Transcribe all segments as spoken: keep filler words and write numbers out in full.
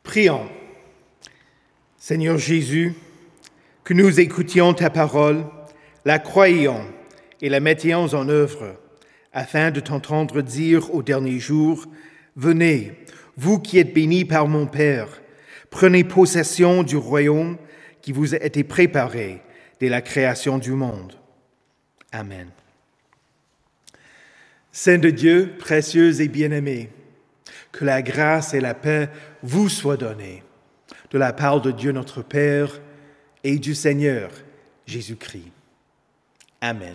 Prions. Seigneur Jésus, que nous écoutions ta parole, la croyions et la mettions en œuvre, afin de t'entendre dire au dernier jour, « Venez, vous qui êtes bénis par mon Père, prenez possession du royaume qui vous a été préparé dès la création du monde. » Amen. Saint de Dieu, précieux et bien-aimé, que la grâce et la paix vous soient données de la part de Dieu notre Père et du Seigneur Jésus-Christ. Amen.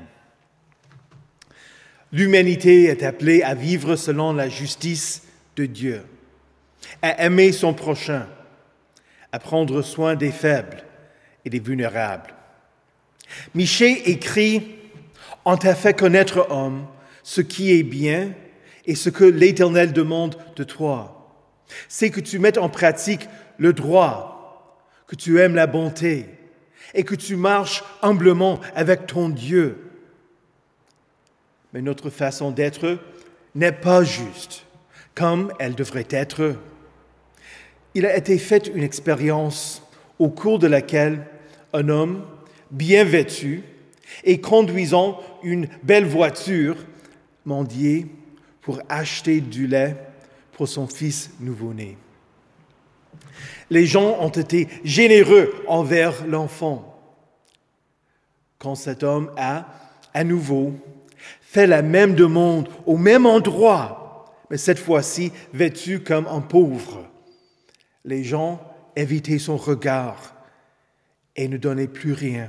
L'humanité est appelée à vivre selon la justice de Dieu, à aimer son prochain, à prendre soin des faibles et des vulnérables. Michée écrit « On t'a fait connaître, homme, ce qui est bien et ce que l'Éternel demande de toi. C'est que tu mettes en pratique le droit, que tu aimes la bonté et que tu marches humblement avec ton Dieu. » Mais notre façon d'être n'est pas juste, comme elle devrait être. Il a été fait une expérience au cours de laquelle un homme bien vêtu et conduisant une belle voiture mendiait pour acheter du lait pour son fils nouveau-né. Les gens ont été généreux envers l'enfant. Quand cet homme a, à nouveau, fait la même demande au même endroit, mais cette fois-ci vêtu comme un pauvre, les gens évitaient son regard et ne donnaient plus rien.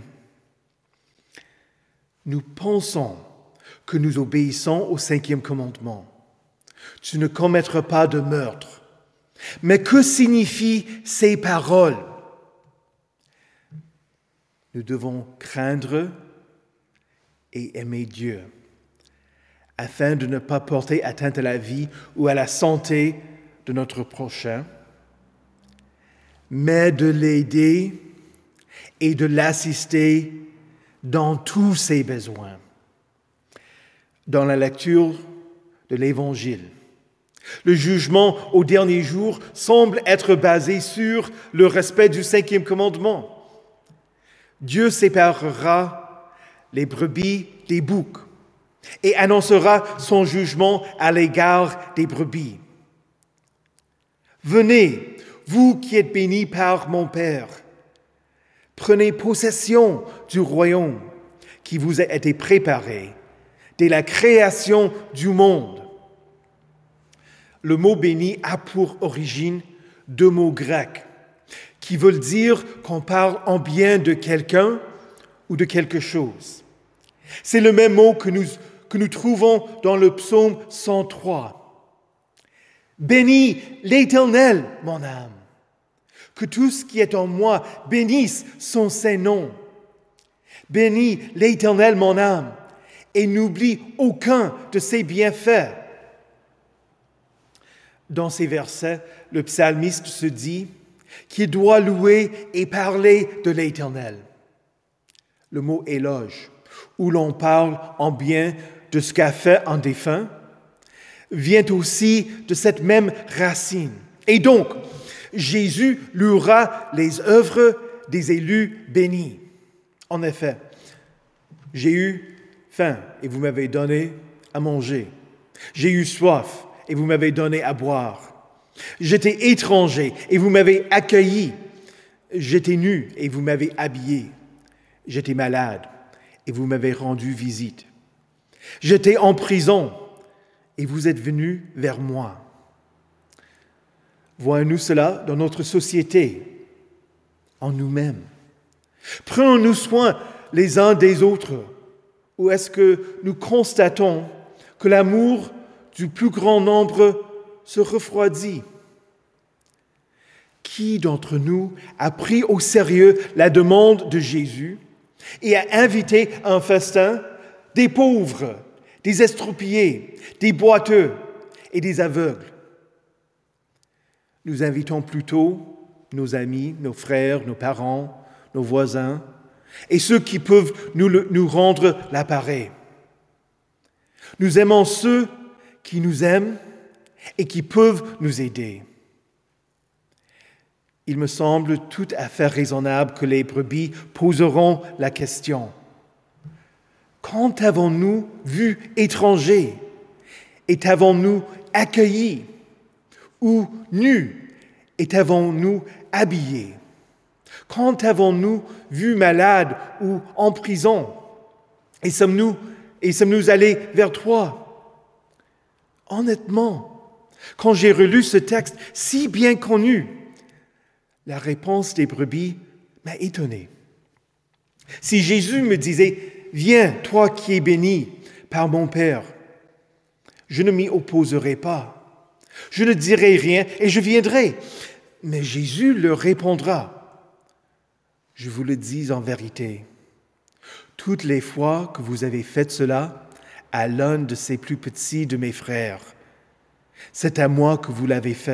Nous pensons que nous obéissons au cinquième commandement. Tu ne commettras pas de meurtre. Mais que signifient ces paroles? Nous devons craindre et aimer Dieu, afin de ne pas porter atteinte à la vie ou à la santé de notre prochain, mais de l'aider et de l'assister dans tous ses besoins. Dans la lecture de l'Évangile, le jugement au dernier jour semble être basé sur le respect du cinquième commandement. Dieu séparera les brebis des boucs et annoncera son jugement à l'égard des brebis. « Venez, vous qui êtes bénis par mon Père, prenez possession du royaume qui vous a été préparé dès la création du monde. » Le mot « béni » a pour origine deux mots grecs qui veulent dire qu'on parle en bien de quelqu'un ou de quelque chose. C'est le même mot que nous, que nous trouvons dans le psaume cent trois. « Bénis l'Éternel, mon âme, que tout ce qui est en moi bénisse son saint nom. Bénis l'Éternel, mon âme, et n'oublie aucun de ses bienfaits. » Dans ces versets, le psalmiste se dit qu'il doit louer et parler de l'Éternel. Le mot « éloge », où l'on parle en bien de ce qu'a fait un défunt, vient aussi de cette même racine. Et donc, Jésus louera les œuvres des élus bénis. En effet, j'ai eu faim et vous m'avez donné à manger. J'ai eu soif et vous m'avez donné à boire. J'étais étranger et vous m'avez accueilli. J'étais nu et vous m'avez habillé. J'étais malade et vous m'avez rendu visite. J'étais en prison et vous êtes venus vers moi. Voyons-nous cela dans notre société, en nous-mêmes? Prenons-nous soin les uns des autres? Ou est-ce que nous constatons que l'amour du plus grand nombre se refroidit? Qui d'entre nous a pris au sérieux la demande de Jésus et a invité à un festin des pauvres, des estropiés, des boiteux et des aveugles? Nous invitons plutôt nos amis, nos frères, nos parents, nos voisins, et ceux qui peuvent nous, le, nous rendre l'appareil. Nous aimons ceux qui nous aiment et qui peuvent nous aider. il me semble tout à fait raisonnable que les brebis poseront la question. Quand avons-nous vu étranger et t'avons-nous accueilli, ou nu et t'avons-nous habillé? Quand avons-nous vu malade ou en prison et sommes-nous, et sommes-nous allés vers toi? Honnêtement, quand j'ai relu ce texte si bien connu, la réponse des brebis m'a étonné. Si Jésus me disait « Viens, toi qui es béni par mon Père », je ne m'y opposerai pas. Je ne dirai rien et je viendrai. Mais Jésus leur répondra « Je vous le dis en vérité, toutes les fois que vous avez fait cela à l'un de ces plus petits de mes frères, c'est à moi que vous l'avez fait. »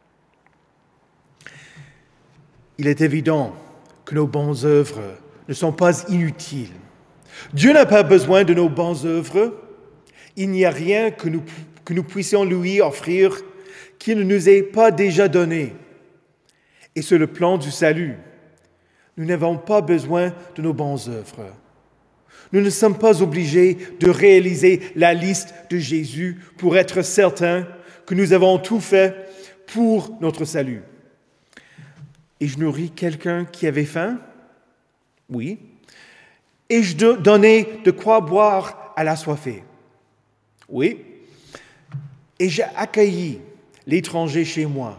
Il est évident que nos bonnes œuvres ne sont pas inutiles. Dieu n'a pas besoin de nos bonnes œuvres. Il n'y a rien que nous, que nous puissions lui offrir qui ne nous ait pas déjà donné. Et sur le plan du salut, nous n'avons pas besoin de nos bonnes œuvres. Nous ne sommes pas obligés de réaliser la liste de Jésus pour être certains que nous avons tout fait pour notre salut. Et je nourris quelqu'un qui avait faim? Oui. Et je donnais de quoi boire à l'assoiffé? Oui. Et j'ai accueilli l'étranger chez moi?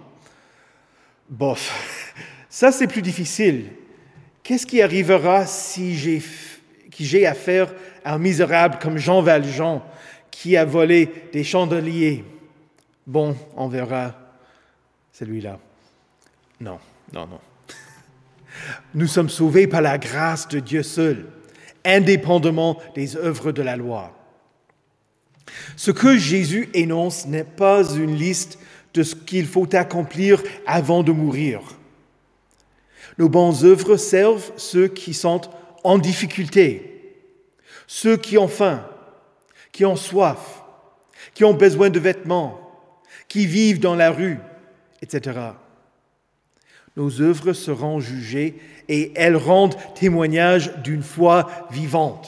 Bof, ça c'est plus difficile. Qu'est-ce qui arrivera si j'ai, si j'ai affaire à un misérable comme Jean Valjean qui a volé des chandeliers? Bon, on verra celui-là. Non. Non, non. Nous sommes sauvés par la grâce de Dieu seul, indépendamment des œuvres de la loi. Ce que Jésus énonce n'est pas une liste de ce qu'il faut accomplir avant de mourir. Nos bonnes œuvres servent ceux qui sont en difficulté, ceux qui ont faim, qui ont soif, qui ont besoin de vêtements, qui vivent dans la rue, et cetera. Nos œuvres seront jugées et elles rendent témoignage d'une foi vivante.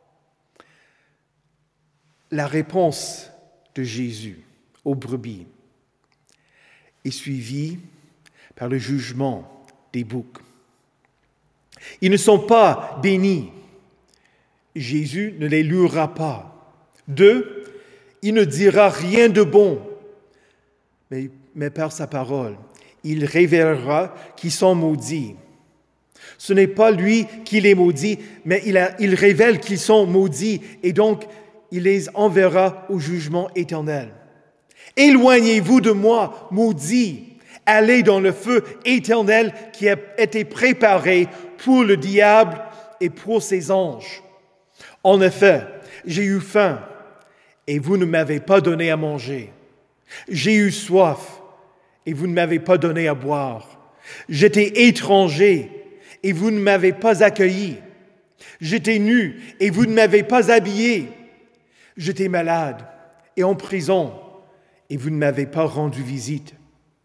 La réponse de Jésus aux brebis est suivie par le jugement des boucs. Ils ne sont pas bénis. Jésus ne les louera pas. Deux, il ne dira rien de bon, mais, mais par sa parole, il révélera qu'ils sont maudits. Ce n'est pas lui qui les maudit, mais il, a, il révèle qu'ils sont maudits et donc il les enverra au jugement éternel. Éloignez-vous de moi, maudits, allez dans le feu éternel qui a été préparé pour le diable et pour ses anges. En effet, j'ai eu faim et vous ne m'avez pas donné à manger. J'ai eu soif et vous ne m'avez pas donné à boire. J'étais étranger et vous ne m'avez pas accueilli. J'étais nu et vous ne m'avez pas habillé. J'étais malade et en prison et vous ne m'avez pas rendu visite.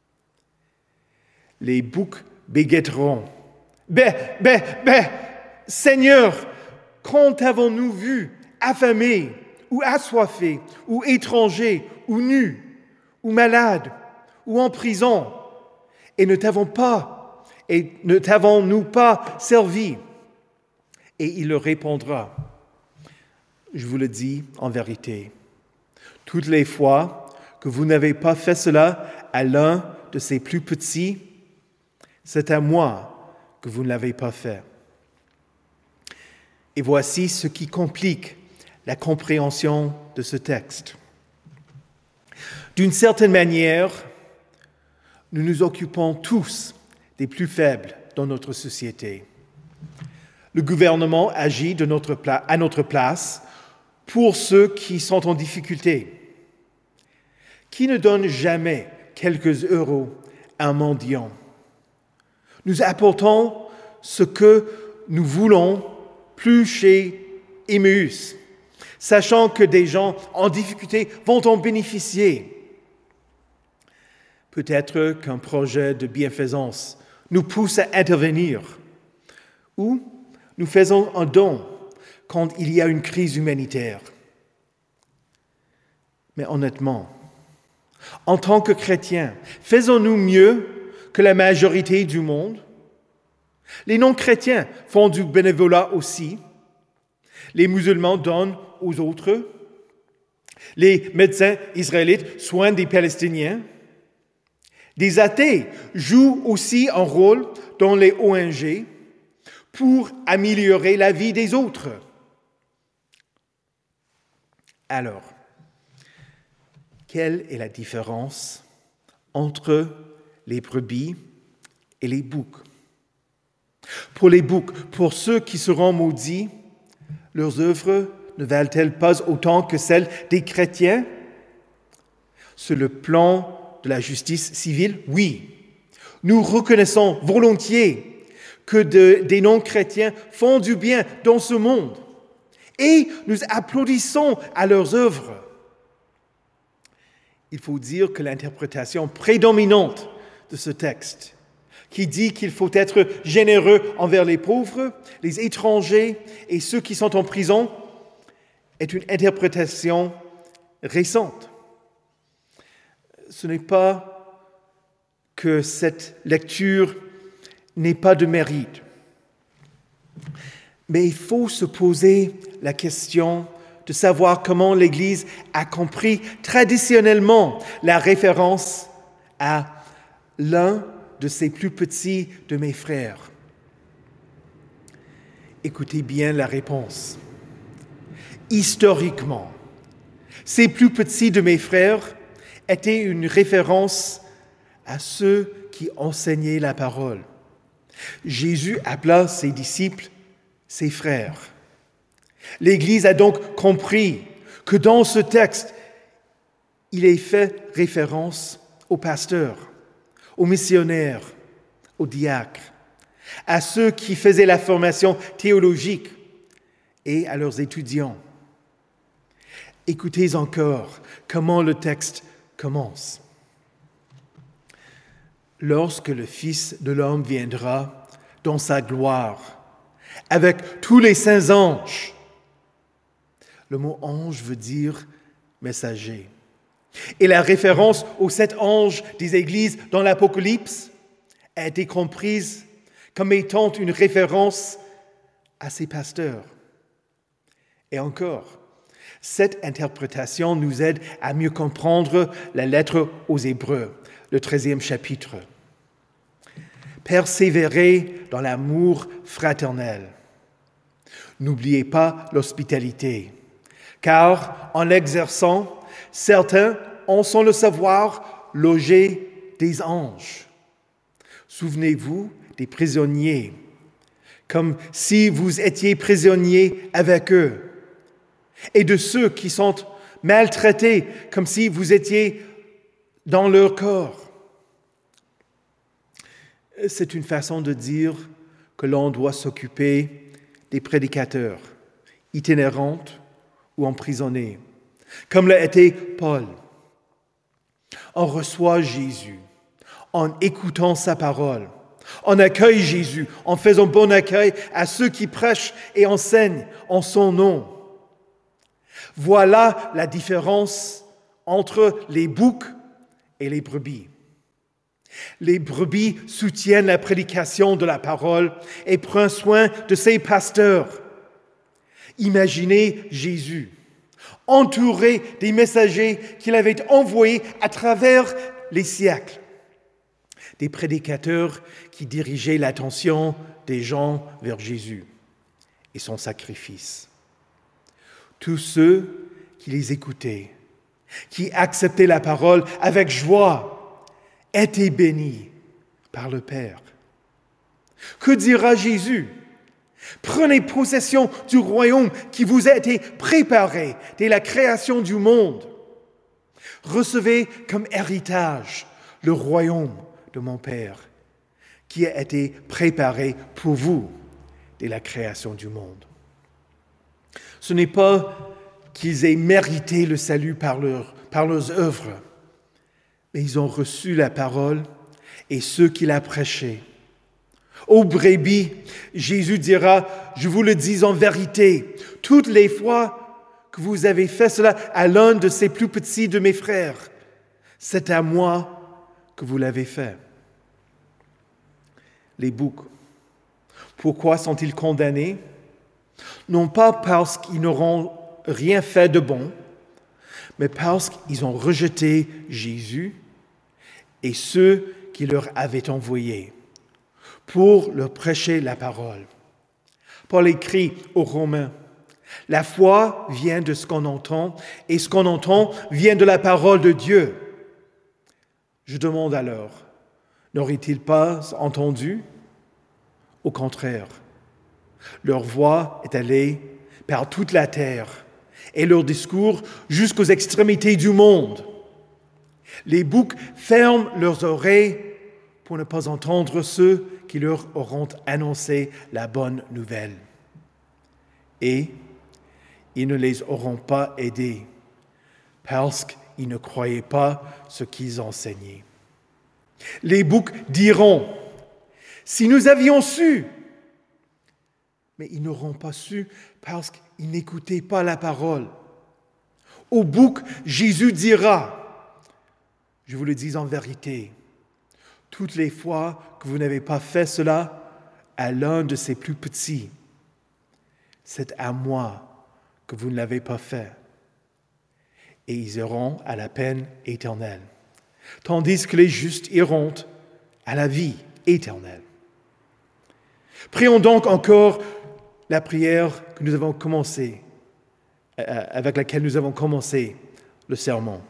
Les boucs bégayeront. Ben, ben, ben, Seigneur, quand avons-nous vu affamé ou assoiffé ou étranger ou nu ou malade ou en prison, et ne t'avons pas, et ne t'avons-nous pas servi? Et il leur répondra, je vous le dis en vérité, toutes les fois que vous n'avez pas fait cela à l'un de ces plus petits, c'est à moi que vous ne l'avez pas fait. Et voici ce qui complique la compréhension de ce texte. D'une certaine manière, nous nous occupons tous des plus faibles dans notre société. Le gouvernement agit de notre pla- à notre place pour ceux qui sont en difficulté. Qui ne donne jamais quelques euros à un mendiant? Nous apportons ce que nous voulons plus chez Emmaüs, sachant que des gens en difficulté vont en bénéficier. Peut-être qu'un projet de bienfaisance nous pousse à intervenir, ou nous faisons un don quand il y a une crise humanitaire. Mais honnêtement, en tant que chrétiens, faisons-nous mieux que la majorité du monde? Les non-chrétiens font du bénévolat aussi. Les musulmans donnent aux autres. Les médecins israélites soignent des Palestiniens. Des athées jouent aussi un rôle dans les O N G pour améliorer la vie des autres. Alors, quelle est la différence entre les brebis et les boucs? Pour les boucs, pour ceux qui seront maudits, leurs œuvres ne valent-elles pas autant que celles des chrétiens? Sur le plan de la justice civile, oui. Nous reconnaissons volontiers que de, des non-chrétiens font du bien dans ce monde et nous applaudissons à leurs œuvres. Il faut dire que l'interprétation prédominante de ce texte, qui dit qu'il faut être généreux envers les pauvres, les étrangers et ceux qui sont en prison, est une interprétation récente. Ce n'est pas que cette lecture n'ait pas de mérite, mais il faut se poser la question de savoir comment l'Église a compris traditionnellement la référence à l'un de ses plus petits de mes frères. Écoutez bien la réponse. Historiquement, ces plus petits de mes frères étaient une référence à ceux qui enseignaient la parole. Jésus appela ses disciples ses frères. L'Église a donc compris que dans ce texte, il est fait référence aux pasteurs, aux missionnaires, aux diacres, à ceux qui faisaient la formation théologique et à leurs étudiants. Écoutez encore comment le texte commence. Lorsque le Fils de l'homme viendra dans sa gloire, avec tous les saints anges. Le mot ange veut dire messager. Et la référence aux sept anges des églises dans l'Apocalypse a été comprise comme étant une référence à ses pasteurs. Et encore, cette interprétation nous aide à mieux comprendre la lettre aux Hébreux, le treizième chapitre. Persévérez dans l'amour fraternel. N'oubliez pas l'hospitalité, car en l'exerçant, certains ont sans le savoir logé des anges. Souvenez-vous des prisonniers, comme si vous étiez prisonniers avec eux, et de ceux qui sont maltraités, comme si vous étiez dans leur corps. C'est une façon de dire que l'on doit s'occuper des prédicateurs, itinérants ou emprisonnés, comme l'a été Paul. On reçoit Jésus en écoutant sa parole. On accueille Jésus en faisant bon accueil à ceux qui prêchent et enseignent en son nom. Voilà la différence entre les boucs et les brebis. Les brebis soutiennent la prédication de la parole et prennent soin de ses pasteurs. Imaginez Jésus, entouré des messagers qu'il avait envoyés à travers les siècles. Des prédicateurs qui dirigeaient l'attention des gens vers Jésus et son sacrifice. Tous ceux qui les écoutaient, qui acceptaient la parole avec joie, étaient bénis par le Père. Que dira Jésus? Prenez possession du royaume qui vous a été préparé dès la création du monde. Recevez comme héritage le royaume de mon Père qui a été préparé pour vous dès la création du monde. Ce n'est pas qu'ils aient mérité le salut par, leur, par leurs œuvres, mais ils ont reçu la parole et ceux qui la prêchaient Ô brebis, Jésus dira, je vous le dis en vérité, toutes les fois que vous avez fait cela à l'un de ces plus petits de mes frères, c'est à moi que vous l'avez fait. Les boucs, pourquoi sont-ils condamnés? Non pas parce qu'ils n'auront rien fait de bon, mais parce qu'ils ont rejeté Jésus et ceux qui leur avaient envoyé pour leur prêcher la parole. Paul écrit aux Romains, « La foi vient de ce qu'on entend, et ce qu'on entend vient de la parole de Dieu. » Je demande alors, n'auraient-ils pas entendu? Au contraire, leur voix est allée par toute la terre, et leur discours jusqu'aux extrémités du monde. Les boucs ferment leurs oreilles pour ne pas entendre ceux qui leur auront annoncé la bonne nouvelle. Et ils ne les auront pas aidés parce qu'ils ne croyaient pas ce qu'ils enseignaient. Les boucs diront, « Si nous avions su !» Mais ils n'auront pas su parce qu'ils n'écoutaient pas la parole. Aux boucs, Jésus dira, « Je vous le dis en vérité, toutes les fois que vous n'avez pas fait cela à l'un de ces plus petits, c'est à moi que vous ne l'avez pas fait. » Et ils iront à la peine éternelle, tandis que les justes iront à la vie éternelle. Prions donc encore la prière que nous avons commencé, avec laquelle nous avons commencé le sermon.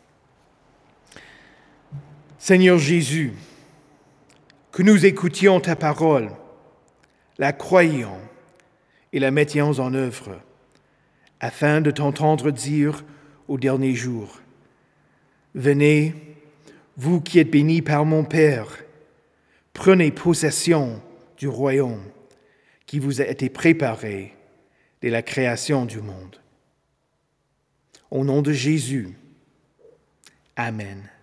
Seigneur Jésus, que nous écoutions ta parole, la croyions et la mettions en œuvre, afin de t'entendre dire au dernier jour, « Venez, vous qui êtes bénis par mon Père, prenez possession du royaume qui vous a été préparé dès la création du monde. » Au nom de Jésus, Amen.